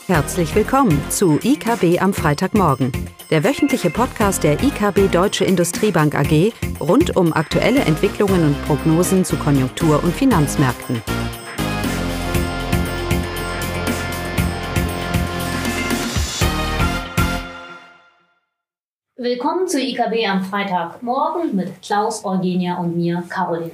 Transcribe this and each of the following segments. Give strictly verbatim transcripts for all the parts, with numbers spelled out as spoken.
Herzlich willkommen zu I K B am Freitagmorgen, der wöchentliche Podcast der I K B Deutsche Industriebank A G rund um aktuelle Entwicklungen und Prognosen zu Konjunktur- und Finanzmärkten. Willkommen zu I K B am Freitagmorgen mit Klaus, Eugenia und mir, Caroline.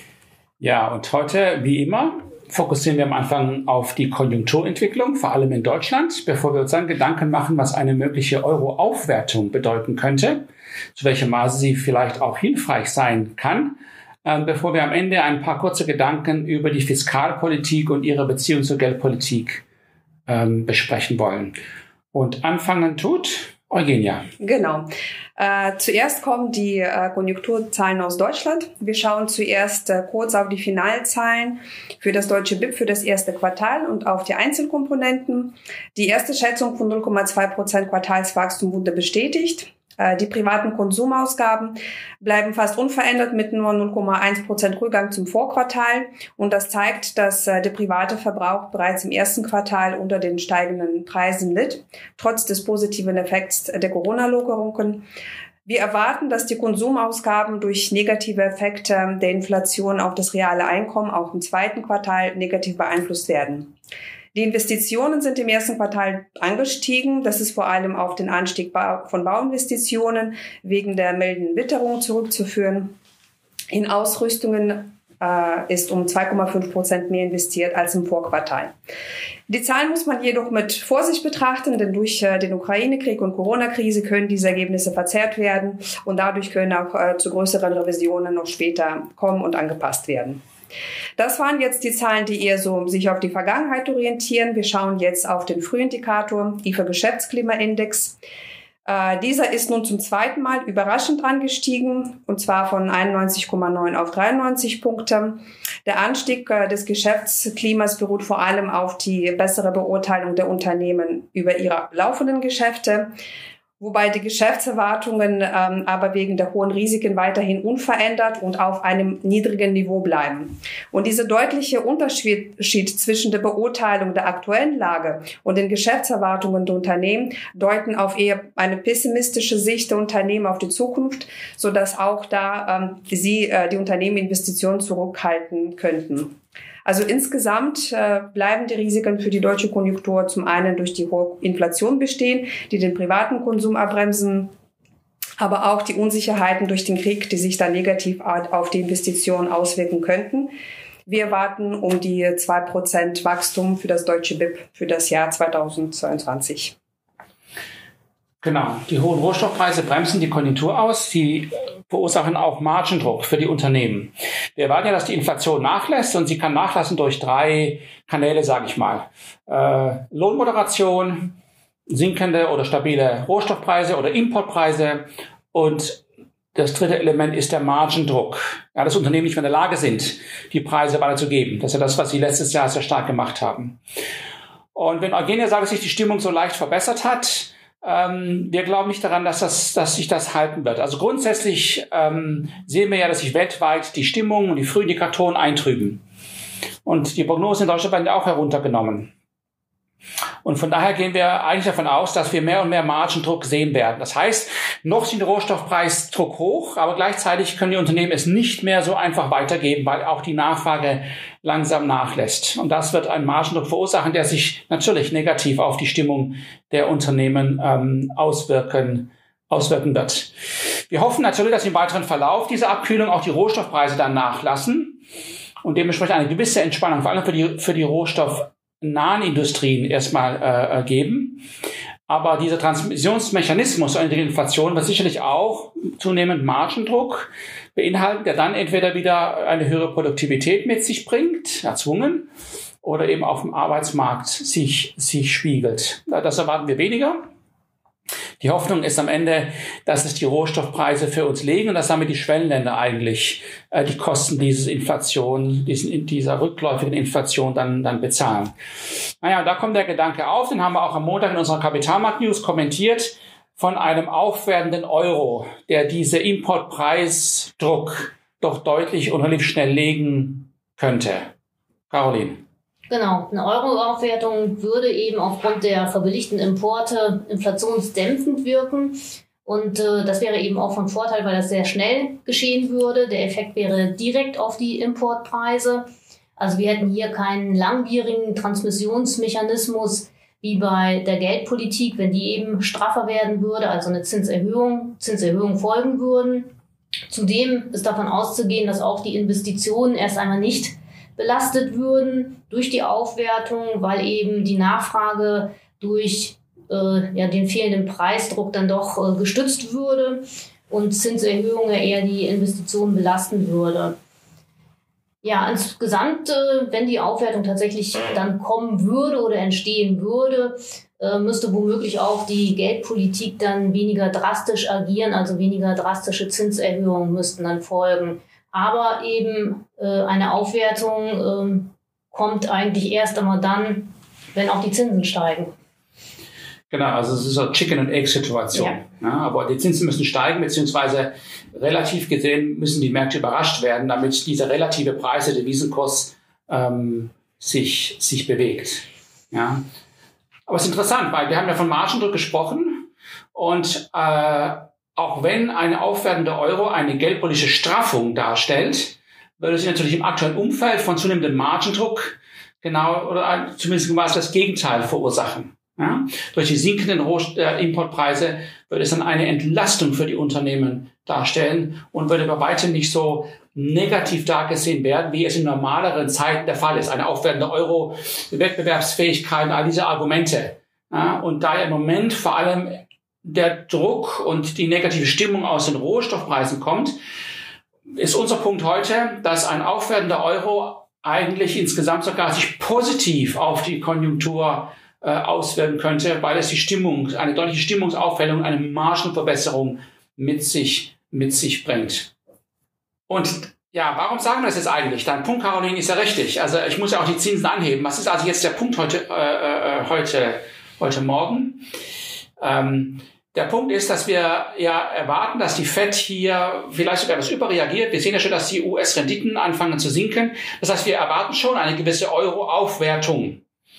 Ja, und heute, wie immer, fokussieren wir am Anfang auf die Konjunkturentwicklung, vor allem in Deutschland, bevor wir uns dann Gedanken machen, was eine mögliche Euro-Aufwertung bedeuten könnte, zu welchem Maße sie vielleicht auch hilfreich sein kann, äh, bevor wir am Ende ein paar kurze Gedanken über die Fiskalpolitik und ihre Beziehung zur Geldpolitik ähm, besprechen wollen. Und anfangen tut Eugenia. Genau. Äh, zuerst kommen die äh, Konjunkturzahlen aus Deutschland. Wir schauen zuerst äh, kurz auf die Finalzahlen für das deutsche B I P für das erste Quartal und auf die Einzelkomponenten. Die erste Schätzung von null Komma zwei Prozent Quartalswachstum wurde bestätigt. Äh, die privaten Konsumausgaben bleiben fast unverändert mit nur null Komma eins Prozent Rückgang zum Vorquartal. Und das zeigt, dass äh, der private Verbrauch bereits im ersten Quartal unter den steigenden Preisen litt, trotz des positiven Effekts der Corona-Lockerungen. Wir erwarten, dass die Konsumausgaben durch negative Effekte der Inflation auf das reale Einkommen auch im zweiten Quartal negativ beeinflusst werden. Die Investitionen sind im ersten Quartal angestiegen. Das ist vor allem auf den Anstieg von Bauinvestitionen wegen der milden Witterung zurückzuführen. In Ausrüstungen äh, ist um zwei Komma fünf Prozent mehr investiert als im Vorquartal. Die Zahlen muss man jedoch mit Vorsicht betrachten, denn durch äh, den Ukraine-Krieg und Corona-Krise können diese Ergebnisse verzerrt werden und dadurch können auch äh, zu größeren Revisionen noch später kommen und angepasst werden. Das waren jetzt die Zahlen, die eher so sich auf die Vergangenheit orientieren. Wir schauen jetzt auf den Frühindikator I F O-Geschäftsklimaindex. Äh, dieser ist nun zum zweiten Mal überraschend angestiegen, und zwar von einundneunzig Komma neun auf dreiundneunzig Punkte. Der Anstieg äh, des Geschäftsklimas beruht vor allem auf die bessere Beurteilung der Unternehmen über ihre laufenden Geschäfte, wobei die Geschäftserwartungen ähm, aber wegen der hohen Risiken weiterhin unverändert und auf einem niedrigen Niveau bleiben. Und dieser deutliche Unterschied zwischen der Beurteilung der aktuellen Lage und den Geschäftserwartungen der Unternehmen deuten auf eher eine pessimistische Sicht der Unternehmen auf die Zukunft, sodass auch da ähm, sie äh, die Unternehmen Investitionen zurückhalten könnten. Also insgesamt äh, bleiben die Risiken für die deutsche Konjunktur zum einen durch die hohe Inflation bestehen, die den privaten Konsum abbremsen, aber auch die Unsicherheiten durch den Krieg, die sich dann negativ auf die Investitionen auswirken könnten. Wir erwarten um die zwei Prozent Wachstum für das deutsche B I P für das Jahr zweitausendzweiundzwanzig. Genau, die hohen Rohstoffpreise bremsen die Konjunktur aus, sie verursachen auch Margendruck für die Unternehmen. Wir erwarten ja, dass die Inflation nachlässt, und sie kann nachlassen durch drei Kanäle, sage ich mal. Äh, Lohnmoderation, sinkende oder stabile Rohstoffpreise oder Importpreise, und das dritte Element ist der Margendruck. Ja, dass Unternehmen nicht mehr in der Lage sind, die Preise weiterzugeben. Das ist ja das, was sie letztes Jahr sehr stark gemacht haben. Und wenn Eugenia sagt, dass sich die Stimmung so leicht verbessert hat, Ähm, wir glauben nicht daran, dass, das, dass sich das halten wird. Also grundsätzlich ähm, sehen wir ja, dass sich weltweit die Stimmung und die Frühindikatoren eintrüben. Und die Prognosen in Deutschland werden ja auch heruntergenommen. Und von daher gehen wir eigentlich davon aus, dass wir mehr und mehr Margendruck sehen werden. Das heißt, noch sind der Rohstoffpreisdruck hoch, aber gleichzeitig können die Unternehmen es nicht mehr so einfach weitergeben, weil auch die Nachfrage langsam nachlässt. Und das wird einen Margendruck verursachen, der sich natürlich negativ auf die Stimmung der Unternehmen ähm, auswirken, auswirken wird. Wir hoffen natürlich, dass im weiteren Verlauf dieser Abkühlung auch die Rohstoffpreise dann nachlassen und dementsprechend eine gewisse Entspannung, vor allem für die, für die Rohstoff nahen Industrien erstmal äh, geben. Aber dieser Transmissionsmechanismus der Inflation wird sicherlich auch zunehmend Margendruck beinhalten, der dann entweder wieder eine höhere Produktivität mit sich bringt, erzwungen, oder eben auf dem Arbeitsmarkt sich, sich spiegelt. Das erwarten wir weniger. Die Hoffnung ist am Ende, dass es die Rohstoffpreise für uns legen und dass damit die Schwellenländer eigentlich äh, die Kosten dieser Inflation, diesen, dieser rückläufigen Inflation dann, dann bezahlen. Naja, da kommt der Gedanke auf, den haben wir auch am Montag in unserer Kapitalmarkt-News kommentiert, von einem aufwertenden Euro, der diese Importpreisdruck doch deutlich und relativ schnell legen könnte. Caroline. Genau, eine Euro-Aufwertung würde eben aufgrund der verbilligten Importe inflationsdämpfend wirken. Und äh, das wäre eben auch von Vorteil, weil das sehr schnell geschehen würde. Der Effekt wäre direkt auf die Importpreise. Also wir hätten hier keinen langwierigen Transmissionsmechanismus wie bei der Geldpolitik, wenn die eben straffer werden würde, also eine Zinserhöhung, Zinserhöhung folgen würden. Zudem ist davon auszugehen, dass auch die Investitionen erst einmal nicht belastet würden durch die Aufwertung, weil eben die Nachfrage durch äh, ja, den fehlenden Preisdruck dann doch äh, gestützt würde und Zinserhöhungen eher die Investitionen belasten würde. Ja, insgesamt, äh, wenn die Aufwertung tatsächlich dann kommen würde oder entstehen würde, äh, müsste womöglich auch die Geldpolitik dann weniger drastisch agieren, also weniger drastische Zinserhöhungen müssten dann folgen. Aber eben äh, eine Aufwertung äh, kommt eigentlich erst einmal dann, wenn auch die Zinsen steigen. Genau, also es ist eine Chicken-and-Egg-Situation. Ja. Ja, aber die Zinsen müssen steigen, beziehungsweise relativ gesehen müssen die Märkte überrascht werden, damit dieser relative Preis, der Devisenkurs ähm, sich, sich bewegt. Ja. Aber es ist interessant, weil wir haben ja von Margendruck gesprochen und äh, auch wenn eine aufwertende Euro eine geldpolitische Straffung darstellt, würde sie natürlich im aktuellen Umfeld von zunehmendem Margendruck genau oder zumindest quasi das Gegenteil verursachen. Ja? Durch die sinkenden Roh- äh, Importpreise würde es dann eine Entlastung für die Unternehmen darstellen und würde bei weitem nicht so negativ dargesehen werden, wie es in normaleren Zeiten der Fall ist. Eine aufwertende Euro, Wettbewerbsfähigkeit, all diese Argumente. Ja? Und da im Moment vor allem der Druck und die negative Stimmung aus den Rohstoffpreisen kommt, ist unser Punkt heute, dass ein aufwertender Euro eigentlich insgesamt sogar sich positiv auf die Konjunktur äh, auswirken könnte, weil es die Stimmung, eine deutliche Stimmungsaufhellung, eine Margenverbesserung mit sich, mit sich bringt. Und ja, warum sagen wir das jetzt eigentlich? Dein Punkt, Caroline, ist ja richtig. Also ich muss ja auch die Zinsen anheben. Was ist also jetzt der Punkt heute, äh, äh, heute, heute Morgen? Ähm, Der Punkt ist, dass wir ja erwarten, dass die Fed hier vielleicht sogar etwas überreagiert. Wir sehen ja schon, dass die U S-Renditen anfangen zu sinken. Das heißt, wir erwarten schon eine gewisse Euro-Aufwertung,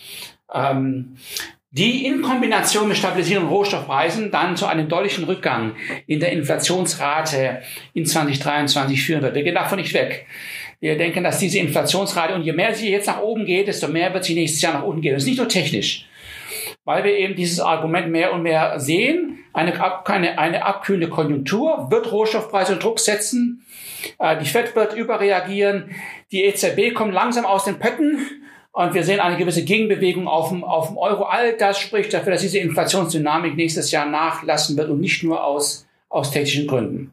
ähm, die in Kombination mit stabilisierenden Rohstoffpreisen dann zu einem deutlichen Rückgang in der Inflationsrate in zwanzig dreiundzwanzig führen wird. Wir gehen davon nicht weg. Wir denken, dass diese Inflationsrate, und je mehr sie jetzt nach oben geht, desto mehr wird sie nächstes Jahr nach unten gehen. Das ist nicht nur technisch, weil wir eben dieses Argument mehr und mehr sehen. Eine, eine, eine abkühlende Konjunktur wird Rohstoffpreise unter Druck setzen. Äh, die Fed wird überreagieren. Die E Z B kommt langsam aus den Pötten. Und wir sehen eine gewisse Gegenbewegung auf dem, auf dem Euro. All das spricht dafür, dass diese Inflationsdynamik nächstes Jahr nachlassen wird und nicht nur aus, aus technischen Gründen.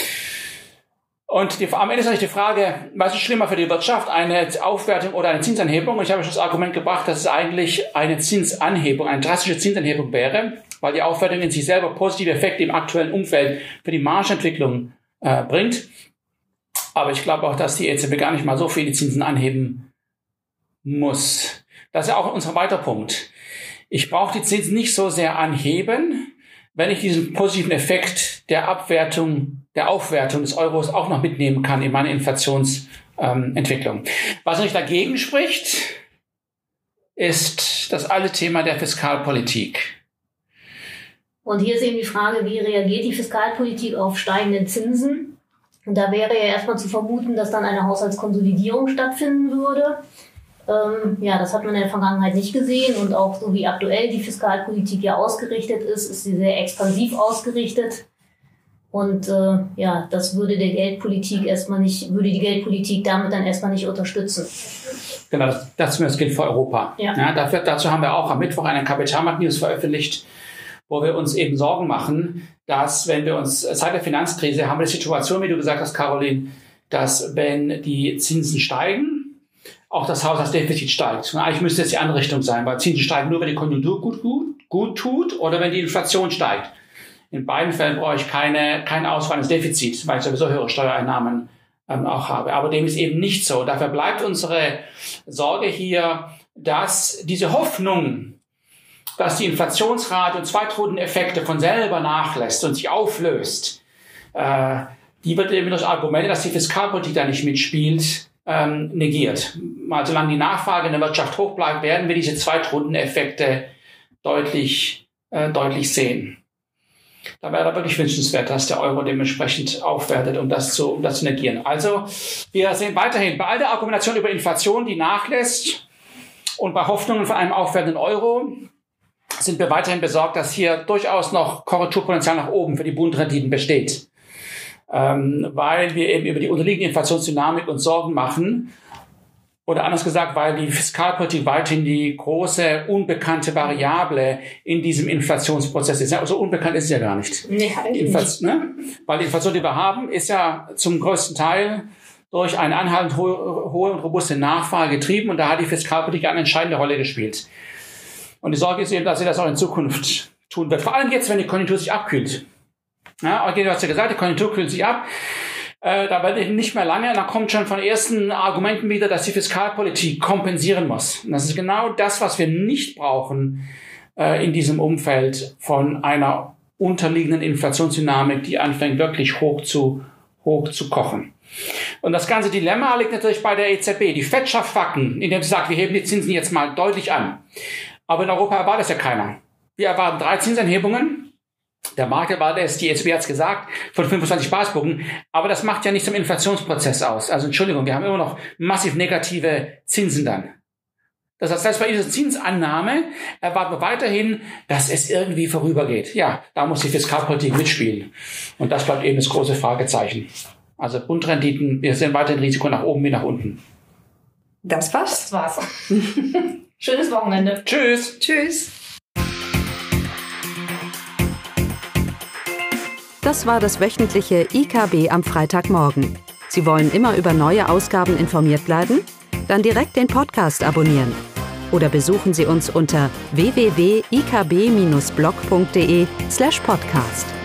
Und die, am Ende ist natürlich die Frage, was ist schlimmer für die Wirtschaft, eine Aufwertung oder eine Zinsanhebung? Und ich habe schon das Argument gebracht, dass es eigentlich eine Zinsanhebung, eine drastische Zinsanhebung wäre, weil die Aufwertung in sich selber positive Effekte im aktuellen Umfeld für die Margenentwicklung äh, bringt. Aber ich glaube auch, dass die E Z B gar nicht mal so viele Zinsen anheben muss. Das ist ja auch unser weiterer Punkt. Ich brauche die Zinsen nicht so sehr anheben, wenn ich diesen positiven Effekt der Abwertung, der Aufwertung des Euros auch noch mitnehmen kann in meine Inflationsentwicklung. Ähm, Was natürlich dagegen spricht, ist das alte Thema der Fiskalpolitik. Und hier ist eben die Frage, wie reagiert die Fiskalpolitik auf steigende Zinsen? Und da wäre ja erstmal zu vermuten, dass dann eine Haushaltskonsolidierung stattfinden würde. Ähm, ja, das hat man in der Vergangenheit nicht gesehen. Und auch so wie aktuell die Fiskalpolitik ja ausgerichtet ist, ist sie sehr expansiv ausgerichtet. Und äh, ja, das würde der Geldpolitik erstmal nicht, würde die Geldpolitik damit dann erstmal nicht unterstützen. Genau, das, das gilt für Europa. Ja. Ja, dafür, dazu haben wir auch am Mittwoch eine Kapitalmarkt-News veröffentlicht, wo wir uns eben Sorgen machen, dass wenn wir uns seit der Finanzkrise haben wir die Situation, wie du gesagt hast, Caroline, dass wenn die Zinsen steigen, auch das Haushaltsdefizit steigt. Und eigentlich müsste es die andere Richtung sein, weil Zinsen steigen nur, wenn die Konjunktur gut, gut, gut tut oder wenn die Inflation steigt. In beiden Fällen brauche ich keine, kein ausfallendes Defizit, weil ich sowieso höhere Steuereinnahmen ähm, auch habe. Aber dem ist eben nicht so. Dafür bleibt unsere Sorge hier, dass diese Hoffnung, dass die Inflationsrate und Zweitrundeneffekte von selber nachlässt und sich auflöst, äh, die wird eben durch Argumente, dass die Fiskalpolitik da nicht mitspielt, ähm, negiert. Mal solange die Nachfrage in der Wirtschaft hoch bleibt, werden wir diese Zweitrundeneffekte deutlich, äh, deutlich sehen. Da wäre wirklich wünschenswert, dass der Euro dementsprechend aufwertet, um das zu, um das zu negieren. Also wir sehen weiterhin bei all der Argumentation über Inflation, die nachlässt, und bei Hoffnungen von einem aufwertenden Euro sind wir weiterhin besorgt, dass hier durchaus noch Korrekturpotenzial nach oben für die Bundrenditen besteht. Ähm, weil wir eben über die unterliegende Inflationsdynamik uns Sorgen machen. Oder anders gesagt, weil die Fiskalpolitik weiterhin die große, unbekannte Variable in diesem Inflationsprozess ist. Ja, so unbekannt ist es ja gar nicht. Nee, Inflation, ne? Weil die Inflation, die wir haben, ist ja zum größten Teil durch eine anhaltend hohe, hohe und robuste Nachfrage getrieben. Und da hat die Fiskalpolitik eine entscheidende Rolle gespielt. Und die Sorge ist eben, dass sie das auch in Zukunft tun wird. Vor allem jetzt, wenn die Konjunktur sich abkühlt. Ja, Eugen, du hast ja gesagt, die Konjunktur kühlt sich ab. Äh, da wird eben nicht mehr lange. Da kommt schon von ersten Argumenten wieder, dass die Fiskalpolitik kompensieren muss. Und das ist genau das, was wir nicht brauchen äh, in diesem Umfeld von einer unterliegenden Inflationsdynamik, die anfängt wirklich hoch zu, hoch zu kochen. Und das ganze Dilemma liegt natürlich bei der E Z B. Die Fed schafft Fakten, indem sie sagt, wir heben die Zinsen jetzt mal deutlich an. Aber in Europa erwartet es ja keiner. Wir erwarten drei Zinsanhebungen. Der Markt erwartet es, die E Z B hat es gesagt, von fünfundzwanzig Basispunkten. Aber das macht ja nicht zum Inflationsprozess aus. Also Entschuldigung, wir haben immer noch massiv negative Zinsen dann. Das heißt, selbst bei dieser Zinsannahme erwarten wir weiterhin, dass es irgendwie vorübergeht. Ja, da muss die Fiskalpolitik mitspielen. Und das bleibt eben das große Fragezeichen. Also Bundrenditen, wir sehen weiterhin Risiko nach oben wie nach unten. Das war's. Das war's. Schönes Wochenende. Tschüss. Tschüss. Das war das wöchentliche I K B am Freitagmorgen. Sie wollen immer über neue Ausgaben informiert bleiben? Dann direkt den Podcast abonnieren. Oder besuchen Sie uns unter w w w punkt i k b bindestrich blog punkt de slash podcast.